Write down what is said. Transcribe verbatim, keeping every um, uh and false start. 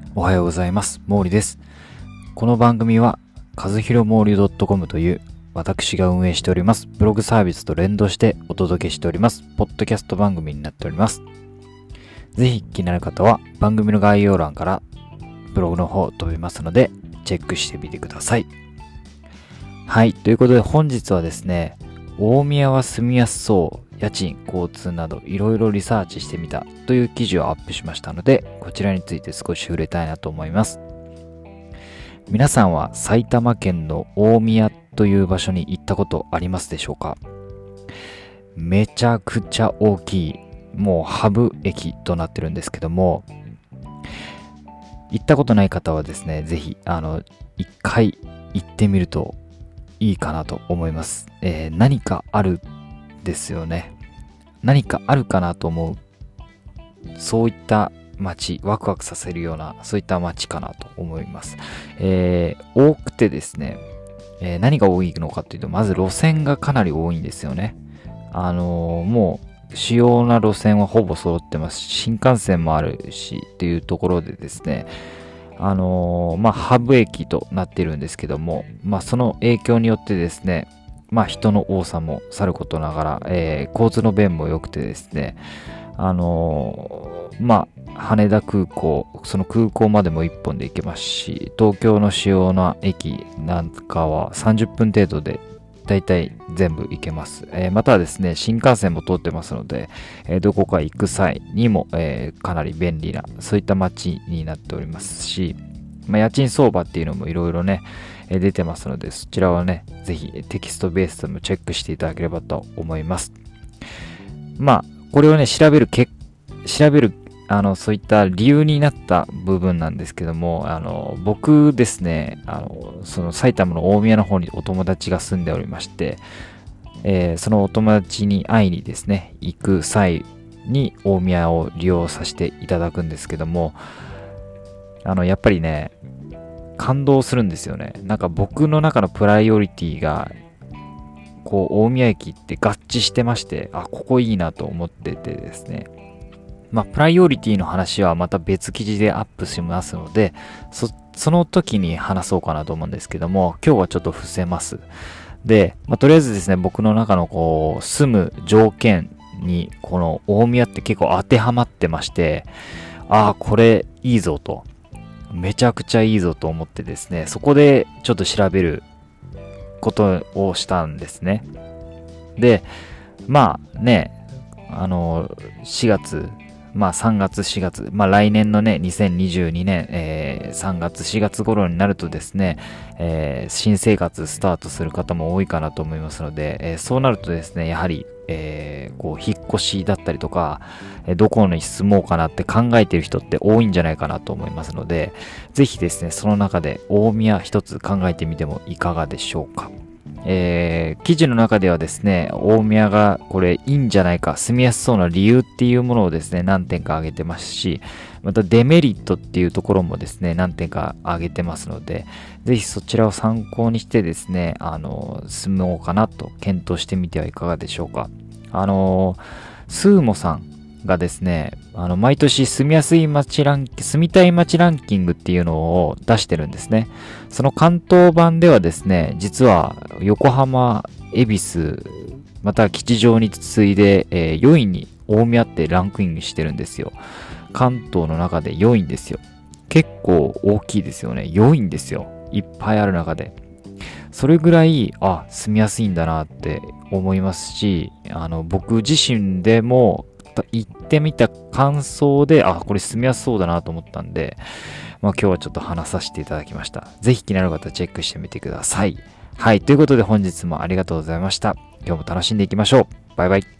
おはようございます。毛利です。この番組は、和弘毛利 .com という私が運営しておりますブログサービスと連動してお届けしておりますポッドキャスト番組になっております。ぜひ気になる方は番組の概要欄からブログの方飛びますのでチェックしてみてください。はい、ということで本日はですね、大宮は住みやすそう、家賃、交通などいろいろリサーチしてみたという記事をアップしましたので、こちらについて少し触れたいなと思います。皆さんは埼玉県の大宮という場所に行ったことありますでしょうか？めちゃくちゃ大きい、もうハブ駅となってるんですけども、行ったことない方はですね、ぜひあの一回行ってみるといいかなと思います。えー、何かあるですよね。何かあるかなと思う、そういった街、ワクワクさせるようなそういった街かなと思います。えー、多くてですね、えー、何が多いのかというと、まず路線がかなり多いんですよね。あのー、もう主要な路線はほぼ揃ってます。新幹線もあるしっていうところでですね、あのー、まあハブ駅となっているんですけども、まあその影響によってですね、まあ人の多さもさることながら、えー、交通の便も良くてですね、あのー、まあ羽田空港、その空港までもいっぽんで行けますし、東京の主要な駅なんかはさんじゅっぷん程度でだいたい全部行けます。えー、またはですね、新幹線も通ってますので、えー、どこか行く際にも、えー、かなり便利な、そういった街になっておりますし、まあ、家賃相場っていうのもいろいろね、えー、出てますので、そちらはね、ぜひテキストベースでもチェックしていただければと思います。まあ、これをね、調べるけ、調べるあの、そういった理由になった部分なんですけども、あの、僕ですね、あの、その埼玉の大宮の方にお友達が住んでおりまして、えー、そのお友達に会いにですね、行く際に大宮を利用させていただくんですけども、あの、やっぱりね、感動するんですよね。なんか僕の中のプライオリティが、こう、大宮駅って合致してまして、あ、ここいいなと思っててですね、まあ、プライオリティの話はまた別記事でアップしますので、そ、その時に話そうかなと思うんですけども、今日はちょっと伏せます。で、まあ、とりあえずですね、僕の中のこう、住む条件に、この大宮って結構当てはまってまして、ああ、これいいぞと。めちゃくちゃいいぞと思ってですね、そこでちょっと調べることをしたんですね。で、まあね、あの、しがつ、まあさんがつしがつ、まあ来年のね、にせんにじゅうにねん、えー、さんがつしがつ頃になるとですね、えー、新生活スタートする方も多いかなと思いますので、えー、そうなるとですね、やはり、えー、こう、引っ越しだったりとか、えー、どこに住もうかなって考えている人って多いんじゃないかなと思いますので、ぜひですね、その中で大宮一つ考えてみてもいかがでしょうか。えー、記事の中ではですね、大宮がこれいいんじゃないか、住みやすそうな理由っていうものをですね、何点か挙げてますし、またデメリットっていうところもですね、何点か挙げてますので、ぜひそちらを参考にしてですね、あの、住もうかなと検討してみてはいかがでしょうか。あの、スーモさんがですね、あの、毎年住みやすい街ランキング、住みたい街ランキングっていうのを出してるんですね。その関東版ではですね、実は横浜、恵比寿、また吉祥に次いで、えー、よんいに大宮ってランクインしてるんですよ。関東の中でよんいですよ。結構大きいですよね。よんいですよ。いっぱいある中で。それぐらい、あ、住みやすいんだなって思いますし、あの、僕自身でも行ってみた感想で、あ、これ住みやすそうだなと思ったんで、まあ今日はちょっと話させていただきました。ぜひ気になる方はチェックしてみてください。はい、ということで本日もありがとうございました。今日も楽しんでいきましょう。バイバイ。